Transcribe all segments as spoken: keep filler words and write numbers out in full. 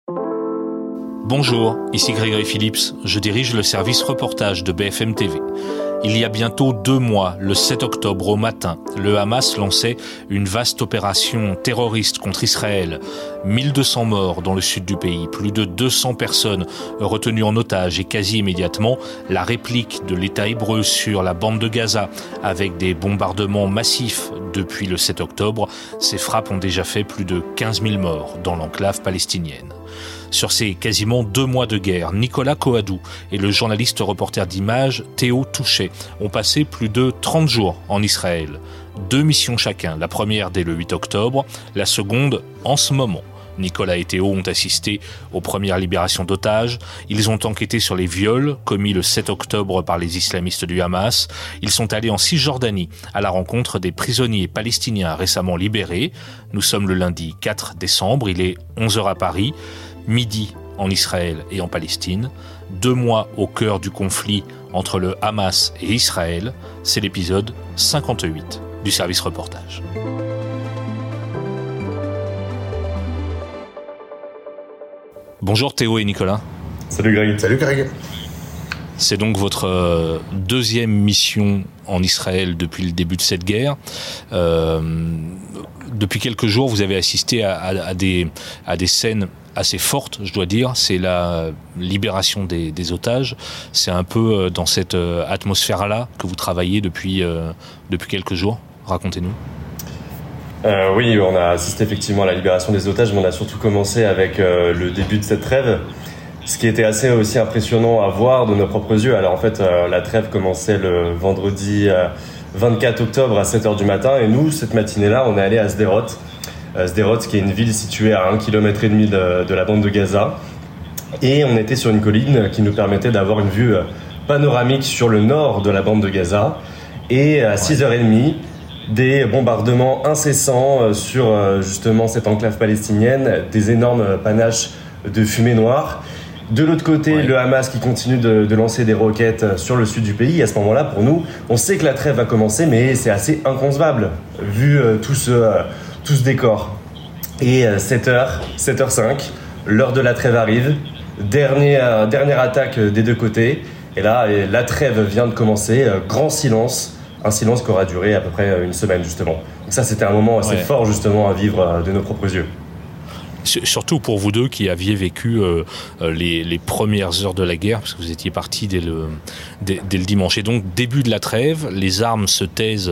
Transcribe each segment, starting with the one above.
Bonjour, ici Grégory Phillips, je dirige le service reportage de B F M T V. Il y a bientôt deux mois, le sept octobre au matin, le Hamas lançait une vaste opération terroriste contre Israël. mille deux cents morts dans le sud du pays, plus de deux cents personnes retenues en otage et quasi immédiatement, la réplique de l'État hébreu sur la bande de Gaza avec des bombardements massifs depuis le sept octobre. Ces frappes ont déjà fait plus de quinze mille morts dans l'enclave palestinienne. Sur ces quasiment deux mois de guerre, Nicolas Coadou et le journaliste reporter d'images Théo Touchet ont passé plus de trente jours en Israël. Deux missions chacun, la première dès le huit octobre, la seconde en ce moment. Nicolas et Théo ont assisté aux premières libérations d'otages. Ils ont enquêté sur les viols commis le sept octobre par les islamistes du Hamas. Ils sont allés en Cisjordanie à la rencontre des prisonniers palestiniens récemment libérés. Nous sommes le lundi quatre décembre, il est onze heures à Paris. Midi en Israël et en Palestine, deux mois au cœur du conflit entre le Hamas et Israël, c'est l'épisode cinquante-huit du service reportage. Bonjour Théo et Nicolas. Salut Greg. Salut Greg. C'est donc votre deuxième mission en Israël depuis le début de cette guerre. Euh, depuis quelques jours, vous avez assisté à, à, à, des, à des scènes assez fortes, je dois dire. C'est la libération des, des otages. C'est un peu dans cette atmosphère-là que vous travaillez depuis, euh, depuis quelques jours. Racontez-nous. Euh, oui, on a assisté effectivement à la libération des otages, mais on a surtout commencé avec euh, le début de cette trêve. Ce qui était assez aussi impressionnant à voir de nos propres yeux. Alors en fait, euh, la trêve commençait le vendredi euh, vingt-quatre octobre à sept heures du matin. Et nous, cette matinée-là, on est allé à Sderot. Euh, Sderot, qui est une ville située à un kilomètre et demi de, de la bande de Gaza. Et on était sur une colline qui nous permettait d'avoir une vue panoramique sur le nord de la bande de Gaza. Et à six heures trente, des bombardements incessants sur justement cette enclave palestinienne, des énormes panaches de fumée noire. De l'autre côté, ouais. Le Hamas qui continue de, de lancer des roquettes sur le sud du pays. À ce moment-là, pour nous, on sait que la trêve va commencer, mais c'est assez inconcevable, vu euh, tout, ce, euh, tout ce décor. Et euh, sept heures, sept heures cinq, l'heure de la trêve arrive. Dernière, dernière attaque des deux côtés. Et là, et la trêve vient de commencer. Euh, grand silence. Un silence qui aura duré à peu près une semaine, justement. Donc ça, c'était un moment assez ouais. fort, justement, à vivre euh, de nos propres yeux. Surtout pour vous deux qui aviez vécu euh, les, les premières heures de la guerre, parce que vous étiez partis dès le, dès, dès le dimanche. Et donc, début de la trêve, les armes se taisent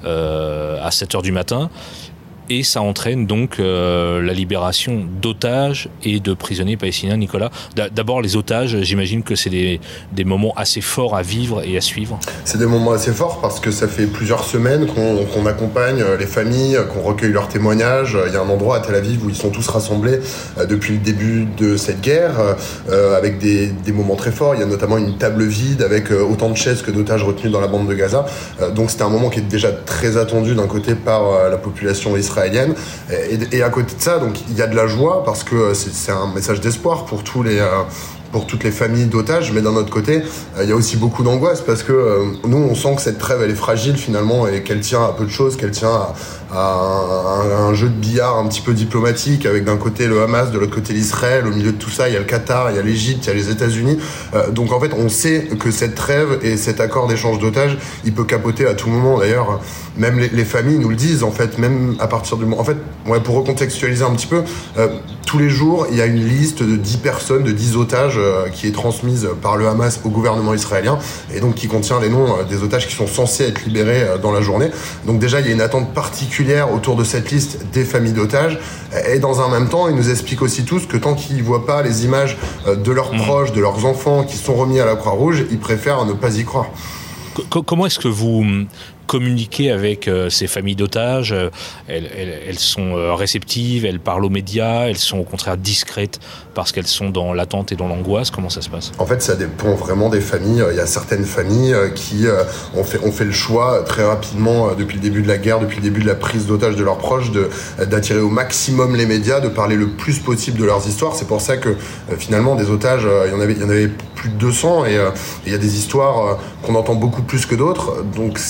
euh, à sept heures du matin. Et ça entraîne donc euh, la libération d'otages et de prisonniers palestiniens. Nicolas, d'abord les otages, j'imagine que c'est des, des moments assez forts à vivre et à suivre. C'est des moments assez forts parce que ça fait plusieurs semaines qu'on, qu'on accompagne les familles, qu'on recueille leurs témoignages. Il y a un endroit à Tel Aviv où ils sont tous rassemblés euh, depuis le début de cette guerre, euh, avec des, des moments très forts. Il y a notamment une table vide avec euh, autant de chaises que d'otages retenus dans la bande de Gaza. Euh, donc c'était un moment qui est déjà très attendu d'un côté par euh, la population israélienne. Israélienne. Et, et à côté de ça, donc il y a de la joie parce que c'est, c'est un message d'espoir pour tous les euh, pour toutes les familles d'otages, mais d'un autre côté, euh, il y a aussi beaucoup d'angoisse parce que euh, nous, on sent que cette trêve, elle est fragile finalement et qu'elle tient à peu de choses, qu'elle tient à, à, un, à un jeu de billard un petit peu diplomatique avec d'un côté le Hamas, de l'autre côté l'Israël, au milieu de tout ça, il y a le Qatar, il y a l'Égypte, il y a les États-Unis. Euh, donc en fait, on sait que cette trêve et cet accord d'échange d'otages, il peut capoter à tout moment. D'ailleurs, même les, les familles nous le disent, en fait, même à partir du moment... En fait, ouais, pour recontextualiser un petit peu, euh, tous les jours, il y a une liste de dix personnes, de dix otages euh, qui est transmise par le Hamas au gouvernement israélien et donc qui contient les noms euh, des otages qui sont censés être libérés euh, dans la journée. Donc déjà, il y a une attente particulière autour de cette liste des familles d'otages et dans un même temps, ils nous expliquent aussi tous que tant qu'ils ne voient pas les images euh, de leurs mmh. proches, de leurs enfants qui sont remis à la Croix-Rouge, ils préfèrent ne pas y croire. C- comment est-ce que vous communiquer avec euh, ces familles d'otages? euh, elles, elles, elles sont euh, réceptives, elles parlent aux médias, elles sont au contraire discrètes parce qu'elles sont dans l'attente et dans l'angoisse. Comment ça se passe? En fait, ça dépend vraiment des familles. Il y a certaines familles qui euh, ont, fait, ont fait le choix très rapidement, euh, depuis le début de la guerre, depuis le début de la prise d'otages de leurs proches, de, d'attirer au maximum les médias, de parler le plus possible de leurs histoires. C'est pour ça que euh, finalement, des otages, euh, il y en avait, il y en avait plus de deux cents et euh, il y a des histoires euh, qu'on entend beaucoup plus que d'autres. Donc ça, c'est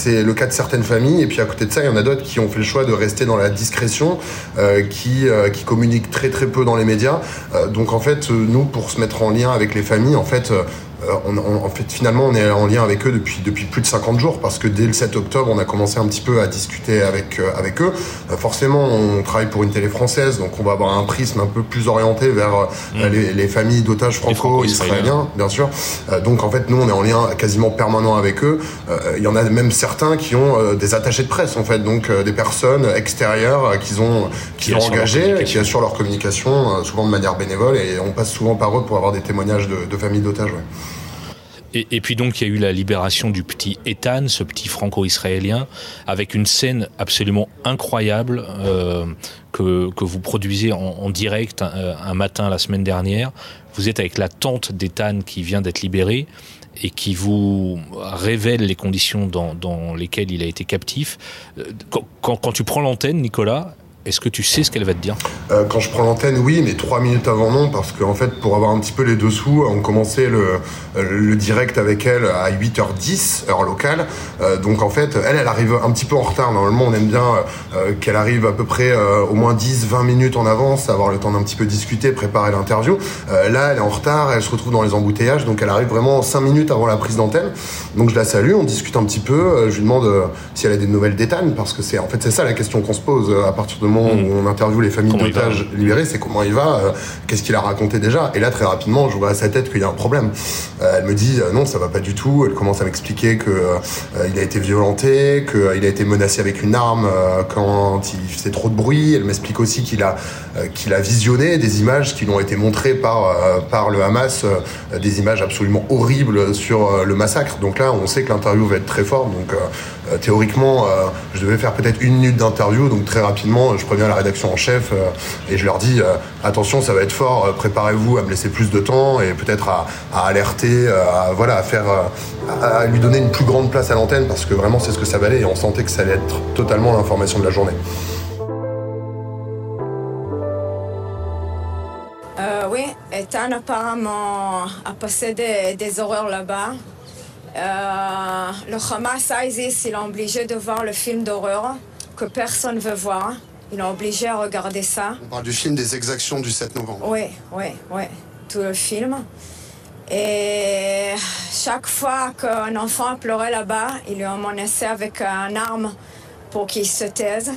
c'est le cas de certaines familles. Et puis à côté de ça, il y en a d'autres qui ont fait le choix de rester dans la discrétion, euh, qui, euh, qui communiquent très très peu dans les médias. Euh, donc en fait, nous, pour se mettre en lien avec les familles, en fait... Euh, On, on, en fait, finalement, on est en lien avec eux depuis, depuis plus de cinquante jours parce que dès le sept octobre, on a commencé un petit peu à discuter avec, euh, avec eux. Euh, forcément, on travaille pour une télé française, donc on va avoir un prisme un peu plus orienté vers euh, mmh. les, les familles d'otages franco-israéliens, bien sûr. Euh, donc, en fait, nous, on est en lien quasiment permanent avec eux. Euh, il y en a même certains qui ont euh, des attachés de presse, en fait, donc euh, des personnes extérieures euh, qu'ils ont, qu'ils ont engagées, qui assurent leur communication, euh, souvent de manière bénévole, et on passe souvent par eux pour avoir des témoignages de, de familles d'otages. Ouais. Et, et puis donc il y a eu la libération du petit Ethan, ce petit franco-israélien, avec une scène absolument incroyable euh, que, que vous produisez en, en direct un, un matin la semaine dernière. Vous êtes avec la tante d'Ethan qui vient d'être libérée et qui vous révèle les conditions dans, dans lesquelles il a été captif. Quand, quand, quand tu prends l'antenne, Nicolas, est-ce que tu sais ce qu'elle va te dire ? euh, Quand je prends l'antenne, oui, mais trois minutes avant, non, parce qu'en fait, pour avoir un petit peu les dessous, on commençait le, le direct avec elle à huit heures dix, heure locale. Euh, donc en fait, elle, elle arrive un petit peu en retard. Normalement, on aime bien euh, qu'elle arrive à peu près euh, au moins dix vingt minutes en avance, avoir le temps d'un petit peu discuter, préparer l'interview. Euh, là, elle est en retard, elle se retrouve dans les embouteillages, donc elle arrive vraiment cinq minutes avant la prise d'antenne. Donc je la salue, on discute un petit peu, je lui demande euh, si elle a des nouvelles d'Ethan, parce que c'est en fait c'est ça la question qu'on se pose euh, à partir du moment où on interviewe les familles d'otages libérés, c'est comment il va, euh, qu'est-ce qu'il a raconté déjà. Et là, très rapidement, je vois à sa tête qu'il y a un problème. Euh, elle me dit euh, non, ça va pas du tout. Elle commence à m'expliquer que euh, il a été violenté, qu'il euh, a été menacé avec une arme euh, quand il faisait trop de bruit. Elle m'explique aussi qu'il a euh, qu'il a visionné des images qui lui ont été montrées par euh, par le Hamas, euh, des images absolument horribles sur euh, le massacre. Donc là, on sait que l'interview va être très forte. Donc euh, théoriquement, euh, je devais faire peut-être une minute d'interview. Donc très rapidement, je préviens la rédaction en chef euh, et je leur dis euh, attention, ça va être fort, euh, préparez-vous à me laisser plus de temps et peut-être à, à alerter, euh, à, voilà, à faire, euh, à, à lui donner une plus grande place à l'antenne parce que vraiment c'est ce que ça valait et on sentait que ça allait être totalement l'information de la journée. Euh, oui, Ethan apparemment a passé des, des horreurs là-bas. Euh, le Hamas à Isis, il est obligé de voir le film d'horreur que personne ne veut voir. Il est obligé à regarder ça. On parle du film des exactions du sept novembre. Oui, oui, oui, tout le film. Et chaque fois qu'un enfant pleurait là-bas, il lui a menacé avec une arme pour qu'il se taise.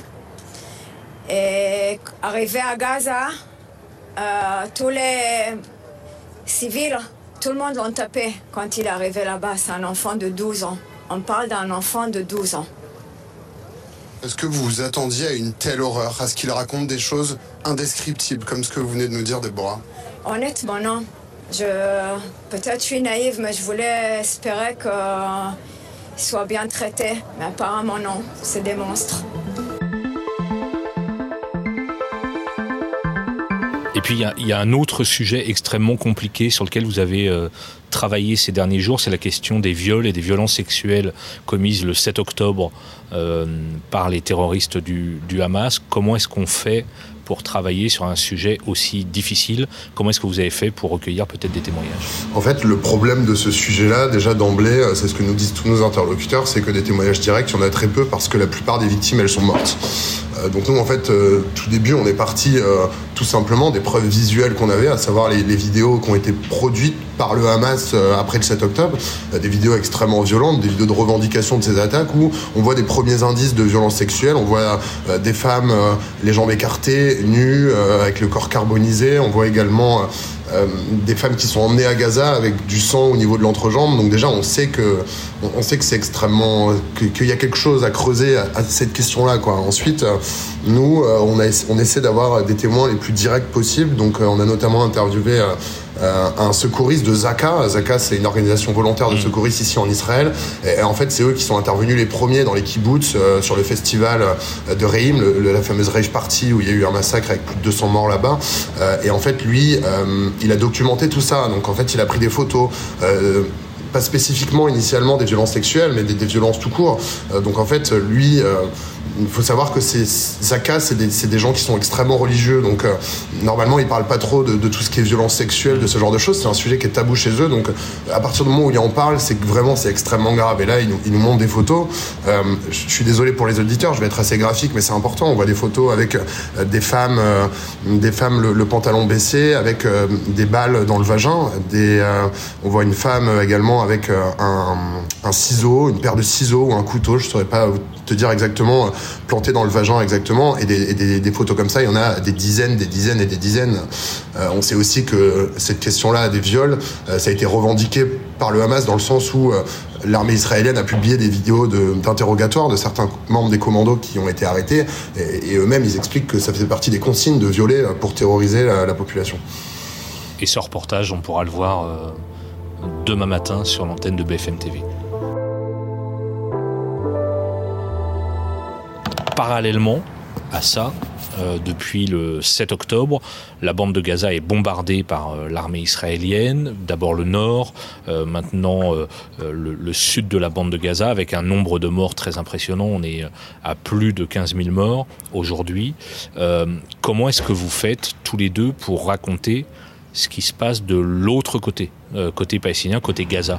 Et arrivé à Gaza, euh, tous les civils, tout le monde l'ont tapé quand il est arrivé là-bas. C'est un enfant de douze ans. On parle d'un enfant de douze ans. Est-ce que vous vous attendiez à une telle horreur, à ce qu'il raconte des choses indescriptibles, comme ce que vous venez de nous dire, Déborah ? Honnêtement, non. Je, peut-être je suis naïve, mais je voulais espérer qu'il soit bien traité. Mais apparemment, non. C'est des monstres. Et puis, il y, y a un autre sujet extrêmement compliqué sur lequel vous avez euh, travaillé ces derniers jours, c'est la question des viols et des violences sexuelles commises le sept octobre euh, par les terroristes du, du Hamas. Comment est-ce qu'on fait pour travailler sur un sujet aussi difficile ? Comment est-ce que vous avez fait pour recueillir peut-être des témoignages ? En fait, le problème de ce sujet-là, déjà d'emblée, c'est ce que nous disent tous nos interlocuteurs, c'est que des témoignages directs, il y en a très peu parce que la plupart des victimes, elles sont mortes. Euh, donc nous, en fait, euh, tout début, on est parti euh, tout simplement des preuves visuelles qu'on avait, à savoir les, les vidéos qui ont été produites par le Hamas euh, après le sept octobre, euh, des vidéos extrêmement violentes, des vidéos de revendication de ces attaques où on voit des premiers indices de violence sexuelle, on voit euh, des femmes, euh, les jambes écartées, nues, euh, avec le corps carbonisé, on voit également euh, euh, des femmes qui sont emmenées à Gaza avec du sang au niveau de l'entrejambe. Donc déjà, on sait que, on sait que c'est extrêmement, que, qu'il y a quelque chose à creuser à, à cette question-là, quoi. Ensuite, euh, nous, euh, on, a, on essaie d'avoir des témoins les plus directs possibles. Donc, euh, on a notamment interviewé euh, euh, un secouriste de Zaka. Zaka, c'est une organisation volontaire de secouristes ici en Israël. Et, et en fait, c'est eux qui sont intervenus les premiers dans les kibboutz euh, sur le festival de Reim, le, le, la fameuse Rave Party où il y a eu un massacre avec plus de deux cents morts là-bas. Euh, et en fait, lui, euh, il a documenté tout ça. Donc, en fait, il a pris des photos. Euh, pas spécifiquement initialement des violences sexuelles, mais des, des violences tout court. Euh, donc en fait, lui, euh, il faut savoir que c'est, Zaka, c'est des, c'est des gens qui sont extrêmement religieux, donc euh, normalement ils parlent pas trop de, de tout ce qui est violence sexuelle, de ce genre de choses. C'est un sujet qui est tabou chez eux, donc à partir du moment où ils en parlent, c'est que vraiment c'est extrêmement grave. Et là, ils nous, ils nous montrent des photos. Euh, je suis désolé pour les auditeurs, je vais être assez graphique, mais c'est important. On voit des photos avec euh, des femmes, euh, des femmes le, le pantalon baissé, avec euh, des balles dans le vagin. Des, euh, on voit une femme également avec euh, un, un ciseau, une paire de ciseaux ou un couteau, je saurais pas te dire exactement, euh, planté dans le vagin exactement. Et, des, et des, des photos comme ça, il y en a des dizaines, des dizaines et des dizaines. Euh, on sait aussi que cette question-là des viols, euh, ça a été revendiqué par le Hamas dans le sens où euh, l'armée israélienne a publié des vidéos de, d'interrogatoire de certains membres des commandos qui ont été arrêtés, et, et eux-mêmes ils expliquent que ça faisait partie des consignes de violer pour terroriser la, la population. Et ce reportage, on pourra le voir euh, demain matin sur l'antenne de B F M T V. Parallèlement à ça, euh, depuis le sept octobre, la bande de Gaza est bombardée par euh, l'armée israélienne, d'abord le nord, euh, maintenant euh, le, le sud de la bande de Gaza, avec un nombre de morts très impressionnant. On est à plus de quinze mille morts aujourd'hui. Euh, comment est-ce que vous faites tous les deux pour raconter ce qui se passe de l'autre côté, euh, côté palestinien, côté Gaza?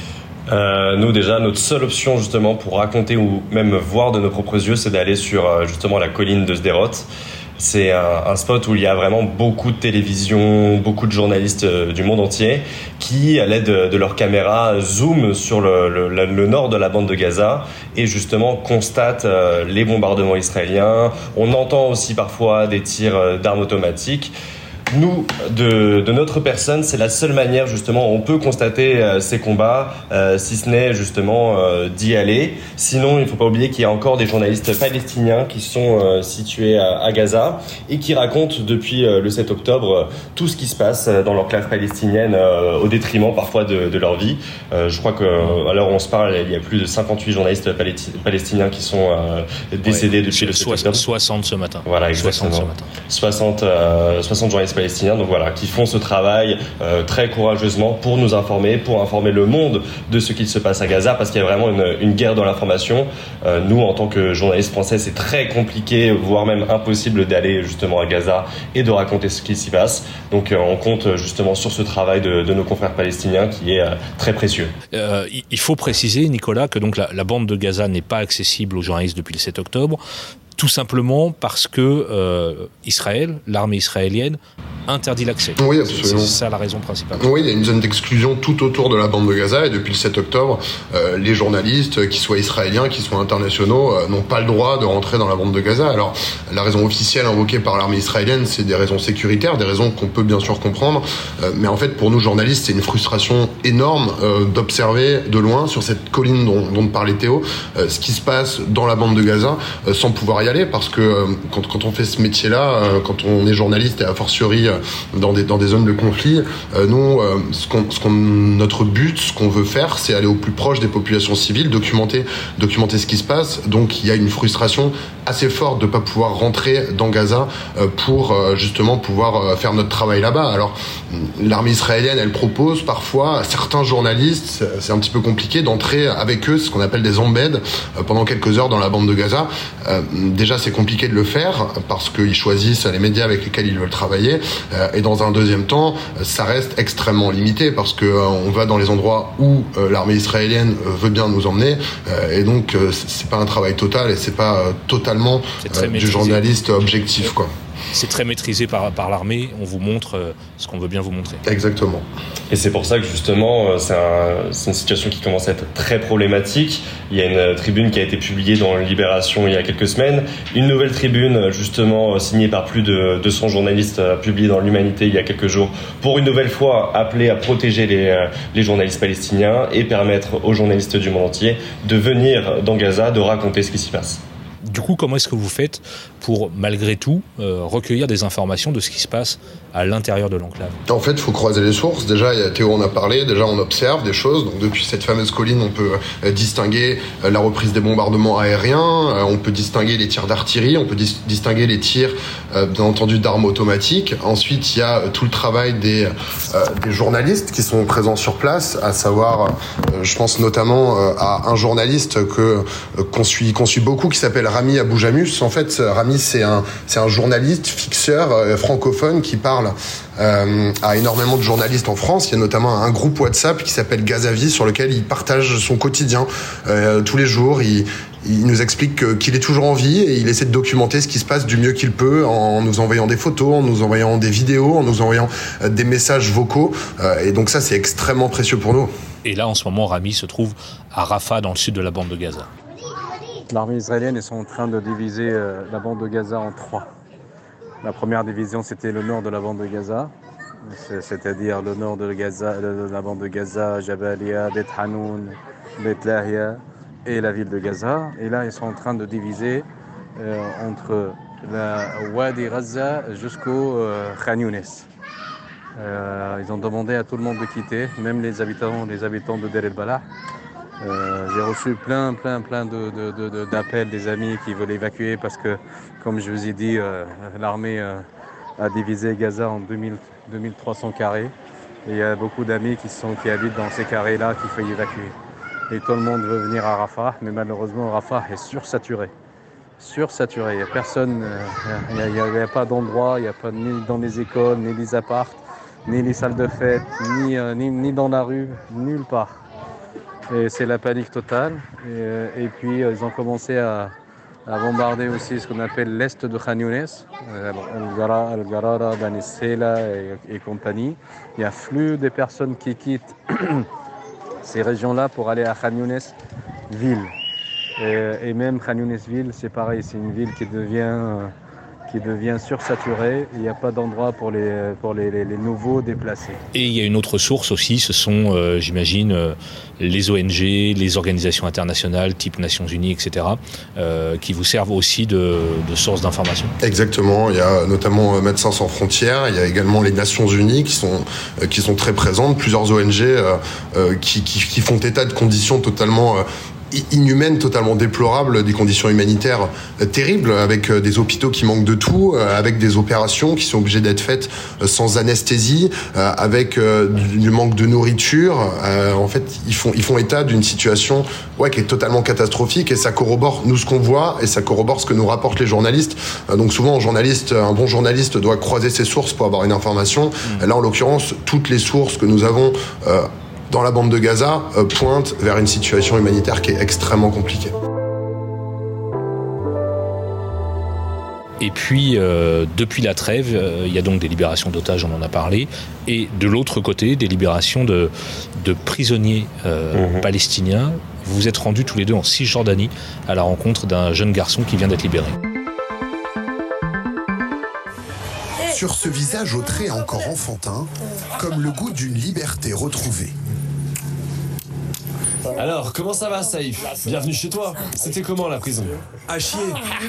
Euh, nous déjà, notre seule option justement pour raconter ou même voir de nos propres yeux, c'est d'aller sur euh, justement la colline de Sderot. C'est un, un spot où il y a vraiment beaucoup de télévision, beaucoup de journalistes euh, du monde entier qui, à l'aide de, de leurs caméras, zooment sur le, le, le nord de la bande de Gaza et justement constatent euh, les bombardements israéliens. On entend aussi parfois des tirs euh, d'armes automatiques. Nous, de, de notre personne, c'est la seule manière justement où on peut constater euh, ces combats, euh, si ce n'est justement euh, d'y aller. Sinon, il ne faut pas oublier qu'il y a encore des journalistes palestiniens qui sont euh, situés à, à Gaza et qui racontent depuis euh, le sept octobre euh, tout ce qui se passe dans l'enclave palestinienne euh, au détriment parfois de, de leur vie. Euh, je crois que euh, à l'heure où on se parle, il y a plus de cinquante-huit journalistes palesti- palestiniens qui sont euh, décédés ouais, depuis le sept octobre. soixante ce matin. Voilà, exactement. soixante ce matin. soixante, euh, soixante journalistes palestiniens, donc voilà, qui font ce travail euh, très courageusement pour nous informer, pour informer le monde de ce qu'il se passe à Gaza, parce qu'il y a vraiment une, une guerre dans l'information. Euh, nous, en tant que journalistes français, c'est très compliqué, voire même impossible d'aller justement à Gaza et de raconter ce qui s'y passe. Donc, euh, on compte justement sur ce travail de, de nos confrères palestiniens qui est euh, très précieux. Euh, il faut préciser, Nicolas, que donc la, la bande de Gaza n'est pas accessible aux journalistes depuis le sept octobre. Tout simplement parce que euh, Israël, l'armée israélienne, interdit l'accès. Oui, absolument. C'est ça la raison principale. Oui, il y a une zone d'exclusion tout autour de la bande de Gaza, et depuis le sept octobre, euh, les journalistes, qu'ils soient israéliens, qu'ils soient internationaux, euh, n'ont pas le droit de rentrer dans la bande de Gaza. Alors, la raison officielle invoquée par l'armée israélienne, c'est des raisons sécuritaires, des raisons qu'on peut bien sûr comprendre, euh, mais en fait, pour nous journalistes, c'est une frustration énorme euh, d'observer de loin, sur cette colline dont, dont parlait Théo, euh, ce qui se passe dans la bande de Gaza, euh, sans pouvoir y aller, parce que euh, quand, quand on fait ce métier-là, euh, quand on est journaliste et a fortiori euh, dans des dans des zones de conflit, euh, nous, euh, ce qu'on, ce qu'on, notre but, ce qu'on veut faire, c'est aller au plus proche des populations civiles, documenter documenter ce qui se passe. Donc il y a une frustration assez forte de pas pouvoir rentrer dans Gaza euh, pour euh, justement pouvoir euh, faire notre travail là-bas. Alors l'armée israélienne, elle propose parfois à certains journalistes, c'est un petit peu compliqué, d'entrer avec eux, ce qu'on appelle des embeds, euh, pendant quelques heures dans la bande de Gaza. Euh, déjà c'est compliqué de le faire parce qu'ils choisissent les médias avec lesquels ils veulent travailler, euh, et dans un deuxième temps, ça reste extrêmement limité parce que euh, on va dans les endroits où euh, l'armée israélienne euh, veut bien nous emmener, euh, et donc euh, c'est pas un travail total et c'est pas euh, totalement euh, du journaliste objectif, quoi. C'est très maîtrisé par, par l'armée, on vous montre euh, ce qu'on veut bien vous montrer. Exactement. Et c'est pour ça que justement, c'est, un, c'est une situation qui commence à être très problématique. Il y a une tribune qui a été publiée dans Libération il y a quelques semaines. Une nouvelle tribune, justement, signée par plus de deux cents journalistes, publiée dans l'Humanité il y a quelques jours, pour une nouvelle fois appeler à protéger les, les journalistes palestiniens et permettre aux journalistes du monde entier de venir dans Gaza, de raconter ce qui s'y passe. Du coup, comment est-ce que vous faites pour, malgré tout, euh, recueillir des informations de ce qui se passe à l'intérieur de l'enclave? En fait, il faut croiser les sources. Déjà, Théo en a parlé, déjà on observe des choses. Donc depuis cette fameuse colline, on peut euh, distinguer euh, la reprise des bombardements aériens, euh, on peut distinguer les tirs d'artillerie, on peut dis- distinguer les tirs, euh, bien entendu, d'armes automatiques. Ensuite, il y a euh, tout le travail des, euh, des journalistes qui sont présents sur place, à savoir, euh, je pense notamment euh, à un journaliste que, euh, qu'on suit, qu'on suit beaucoup, qui s'appelle Rami Aboujamus. En fait, Rami, c'est un, c'est un journaliste, fixeur euh, francophone qui parle euh, à énormément de journalistes en France. Il y a notamment un groupe WhatsApp qui s'appelle Gazavi sur lequel il partage son quotidien euh, tous les jours. Il, il nous explique que, qu'il est toujours en vie et il essaie de documenter ce qui se passe du mieux qu'il peut en nous envoyant des photos, en nous envoyant des vidéos, en nous envoyant euh, des messages vocaux. Euh, et donc ça, c'est extrêmement précieux pour nous. Et là, en ce moment, Rami se trouve à Rafah, dans le sud de la bande de Gaza. L'armée israélienne est en train de diviser euh, la bande de Gaza en trois. La première division, c'était le nord de la bande de Gaza, c'est-à-dire le nord de, Gaza, de la bande de Gaza, Jabalia, Beth Hanoun, Beth Lahia et la ville de Gaza. Et là, ils sont en train de diviser euh, entre la Wadi Gaza jusqu'au euh, Khan Younes. Euh, ils ont demandé à tout le monde de quitter, même les habitants, les habitants de Deir el-Balah. Euh, j'ai reçu plein, plein, plein de, de, de, de, d'appels des amis qui veulent évacuer parce que, comme je vous ai dit, euh, l'armée euh, a divisé Gaza en deux mille, deux mille trois cents carrés. Et il y a beaucoup d'amis qui, sont, qui habitent dans ces carrés-là qu'il faut évacuer. Et tout le monde veut venir à Rafah, mais malheureusement, Rafah est sursaturé. Sursaturé. Il n'y a personne, il n'y a, il y a, il y a pas d'endroit, il n'y a pas ni dans les écoles, ni les apparts, ni les salles de fête, ni, euh, ni, ni dans la rue, nulle part. Et c'est la panique totale. Et, et puis, ils ont commencé à, à bombarder aussi ce qu'on appelle l'est de Khan Younes, Al-Garara, Bani Sela et, et compagnie. Il y a flux des personnes qui quittent ces régions-là pour aller à Khan Younes ville. Et, et même Khan Younes ville, c'est pareil, c'est une ville qui devient... qui devient sursaturé. Il n'y a pas d'endroit pour les, pour les, les, les nouveaux déplacés. Et il y a une autre source aussi, ce sont, euh, j'imagine, euh, les O N G, les organisations internationales, type Nations Unies, et cetera, euh, qui vous servent aussi de, de source d'information. Exactement. Il y a notamment Médecins sans frontières. Il y a également les Nations Unies qui sont, euh, qui sont très présentes. Plusieurs O N G euh, euh, qui, qui, qui font état de conditions totalement... Euh, inhumaines, totalement déplorables, des conditions humanitaires terribles, avec des hôpitaux qui manquent de tout, avec des opérations qui sont obligées d'être faites sans anesthésie, avec du manque de nourriture. En fait, ils font, ils font état d'une situation ouais, qui est totalement catastrophique et ça corrobore nous ce qu'on voit et ça corrobore ce que nous rapportent les journalistes. Donc souvent, un journaliste, un bon journaliste doit croiser ses sources pour avoir une information. Là, en l'occurrence, toutes les sources que nous avons euh, dans la bande de Gaza, euh, pointe vers une situation humanitaire qui est extrêmement compliquée. Et puis, euh, depuis la trêve, euh, il y a donc des libérations d'otages, on en a parlé, et de l'autre côté, des libérations de, de prisonniers euh, mmh. palestiniens. Vous vous êtes rendus tous les deux en Cisjordanie à la rencontre d'un jeune garçon qui vient d'être libéré. Sur ce visage au trait encore enfantin, comme le goût d'une liberté retrouvée. Alors, comment ça va, Saïf? Bienvenue chez toi. C'était comment, la prison? À chier.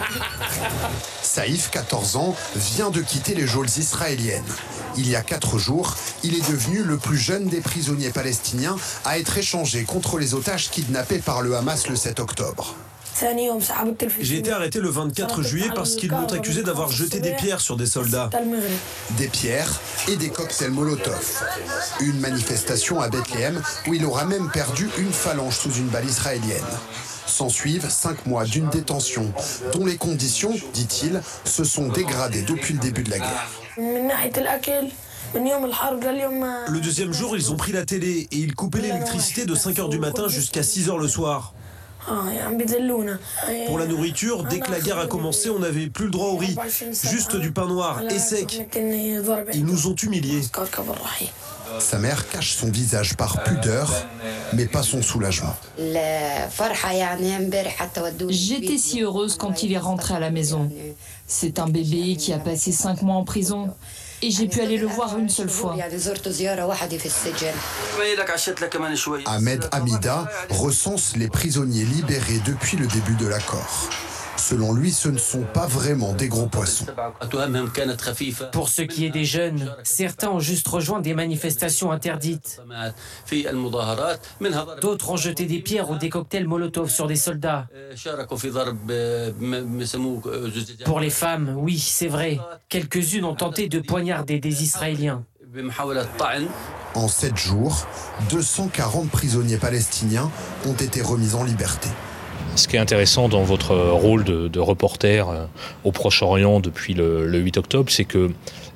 Saïf, quatorze ans, vient de quitter les geôles israéliennes. Il y a quatre jours, il est devenu le plus jeune des prisonniers palestiniens à être échangé contre les otages kidnappés par le Hamas le sept octobre. J'ai été arrêté le vingt-quatre juillet parce qu'ils m'ont accusé d'avoir jeté des pierres sur des soldats. Des pierres et des cocktails Molotov. Une manifestation à Bethléem où il aura même perdu une phalange sous une balle israélienne. S'ensuivent cinq mois d'une détention dont les conditions, dit-il, se sont dégradées depuis le début de la guerre. Le deuxième jour, ils ont pris la télé et ils coupaient l'électricité de cinq heures du matin jusqu'à six heures le soir. Pour la nourriture, dès que la guerre a commencé, on n'avait plus le droit au riz, juste du pain noir et sec. Ils nous ont humiliés. Sa mère cache son visage par pudeur, mais pas son soulagement. J'étais si heureuse quand il est rentré à la maison. C'est un bébé qui a passé cinq mois en prison. Et j'ai pu aller le voir une seule fois. Ahmed Hamida recense les prisonniers libérés depuis le début de l'accord. Selon lui, ce ne sont pas vraiment des gros poissons. Pour ce qui est des jeunes, certains ont juste rejoint des manifestations interdites. D'autres ont jeté des pierres ou des cocktails Molotov sur des soldats. Pour les femmes, oui, c'est vrai. Quelques-unes ont tenté de poignarder des Israéliens. En sept jours, deux cent quarante prisonniers palestiniens ont été remis en liberté. Ce qui est intéressant dans votre rôle de, de reporter euh, au Proche-Orient depuis le, le huit octobre, c'est que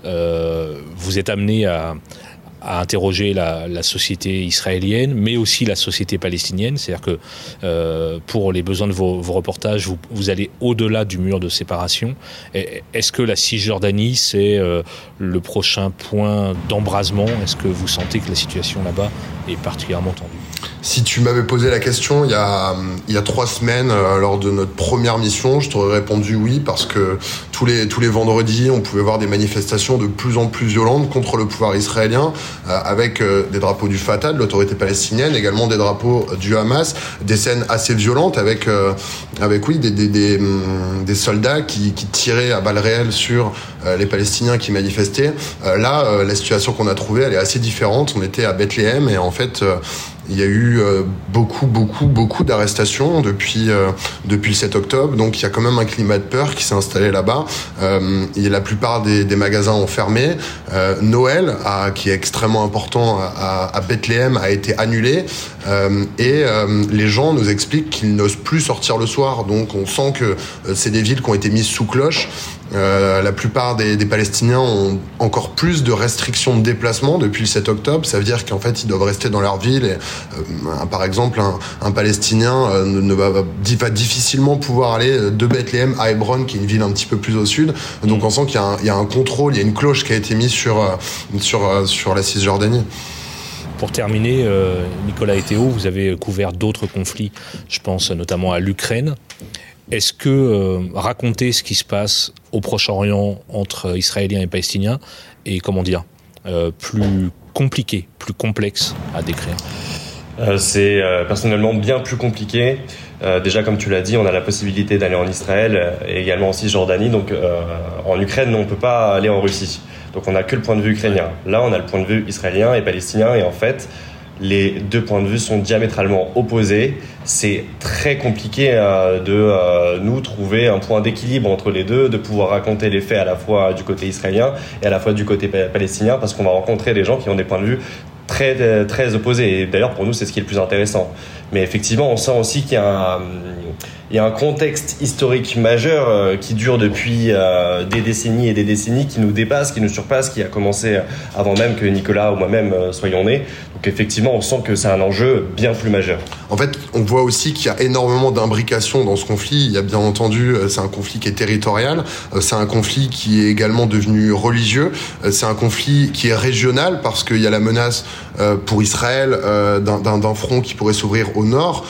euh, vous êtes amené à, à interroger la, la société israélienne, mais aussi la société palestinienne. C'est-à-dire que euh, pour les besoins de vos, vos reportages, vous, vous allez au-delà du mur de séparation. Et, est-ce que la Cisjordanie, c'est euh, le prochain point d'embrasement ? Est-ce que vous sentez que la situation là-bas est particulièrement tendue ? Si tu m'avais posé la question il y a, il y a trois semaines, euh, lors de notre première mission, je t'aurais répondu oui, parce que tous les, tous les vendredis, on pouvait voir des manifestations de plus en plus violentes contre le pouvoir israélien, euh, avec euh, des drapeaux du Fatah, de l'autorité palestinienne, également des drapeaux du Hamas, des scènes assez violentes avec, euh, avec oui, des, des, des, des soldats qui, qui tiraient à balles réelles sur euh, les Palestiniens qui manifestaient. Euh, là, euh, la situation qu'on a trouvée, elle est assez différente. On était à Bethléem et en fait, euh, il y a eu euh, beaucoup, beaucoup, beaucoup d'arrestations depuis euh, depuis le sept octobre. Donc il y a quand même un climat de peur qui s'est installé là-bas. Euh, et la plupart des, des magasins ont fermé. Euh, Noël, à, qui est extrêmement important à, à Bethléem, a été annulé. Euh, et euh, les gens nous expliquent qu'ils n'osent plus sortir le soir. Donc on sent que euh, c'est des villes qui ont été mises sous cloche. Euh, la plupart des, des Palestiniens ont encore plus de restrictions de déplacement depuis le sept octobre. Ça veut dire qu'en fait, ils doivent rester dans leur ville. Et, euh, par exemple, un, un Palestinien euh, ne va, va difficilement pouvoir aller de Bethléem à Hébron, qui est une ville un petit peu plus au sud. Donc on sent qu'il y a un, il y a un contrôle, il y a une cloche qui a été mise sur, euh, sur, euh, sur la Cisjordanie. Pour terminer, euh, Nicolas et Théo, vous avez couvert d'autres conflits, je pense notamment à l'Ukraine. Est-ce que euh, raconter ce qui se passe au Proche-Orient entre Israéliens et Palestiniens est, comment dire, euh, plus compliqué, plus complexe à décrire ? euh, C'est euh, personnellement bien plus compliqué. Euh, déjà, comme tu l'as dit, on a la possibilité d'aller en Israël et également en Cisjordanie. Donc, euh, en Ukraine, on ne peut pas aller en Russie. Donc, on n'a que le point de vue ukrainien. Là, on a le point de vue israélien et palestinien. Et en fait, les deux points de vue sont diamétralement opposés. C'est très compliqué euh, de euh, nous trouver un point d'équilibre entre les deux, de pouvoir raconter les faits à la fois du côté israélien et à la fois du côté palestinien, parce qu'on va rencontrer des gens qui ont des points de vue très, très opposés. Et d'ailleurs, pour nous, c'est ce qui est le plus intéressant. Mais effectivement, on sent aussi qu'il y a un, il y a un contexte historique majeur euh, qui dure depuis euh, des décennies et des décennies, qui nous dépasse, qui nous surpasse, qui a commencé avant même que Nicolas ou moi-même euh, soyons nés. Donc effectivement, on sent que c'est un enjeu bien plus majeur. En fait, on voit aussi qu'il y a énormément d'imbrications dans ce conflit. Il y a bien entendu, c'est un conflit qui est territorial, c'est un conflit qui est également devenu religieux, c'est un conflit qui est régional parce qu'il y a la menace pour Israël d'un, d'un, d'un front qui pourrait s'ouvrir au nord.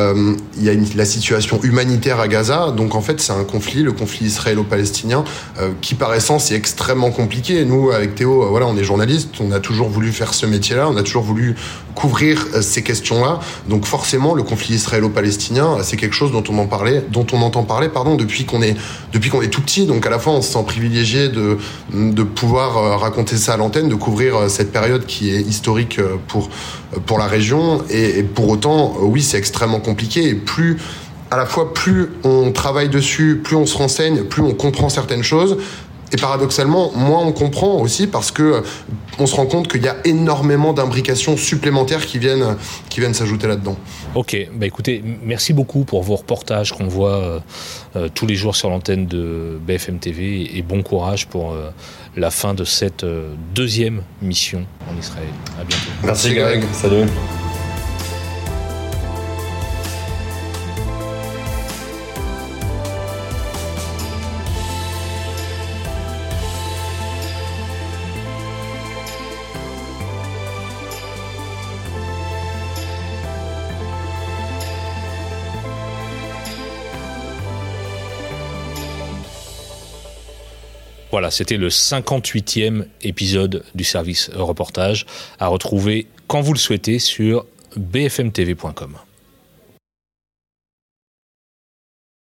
Il y a une, la situation humanitaire à Gaza. Donc en fait, c'est un conflit, le conflit israélo-palestinien, qui par essence est extrêmement compliqué. Nous, avec Théo, voilà, on est journalistes, on a toujours voulu faire ce métier-là, on a toujours voulu couvrir ces questions-là. Donc forcément, le conflit israélo-palestinien, c'est quelque chose dont on en parlait, dont on entend parler, pardon, depuis qu'on est, depuis qu'on est tout petit. Donc à la fois, on se sent privilégié de, de pouvoir raconter ça à l'antenne, de couvrir cette période qui est historique pour, pour la région. Et, et pour autant, oui, c'est extrêmement compliqué. Et plus, à la fois, plus on travaille dessus, plus on se renseigne, plus on comprend certaines choses. Et paradoxalement, moins on comprend aussi parce que on se rend compte qu'il y a énormément d'imbrications supplémentaires qui viennent, qui viennent s'ajouter là-dedans. Ok, bah écoutez, merci beaucoup pour vos reportages qu'on voit euh, euh, tous les jours sur l'antenne de B F M T V et bon courage pour euh, la fin de cette euh, deuxième mission en Israël. À bientôt. Merci, merci Greg. Salut. Voilà, c'était le cinquante-huitième épisode du service reportage, à retrouver quand vous le souhaitez sur b f m t v point com.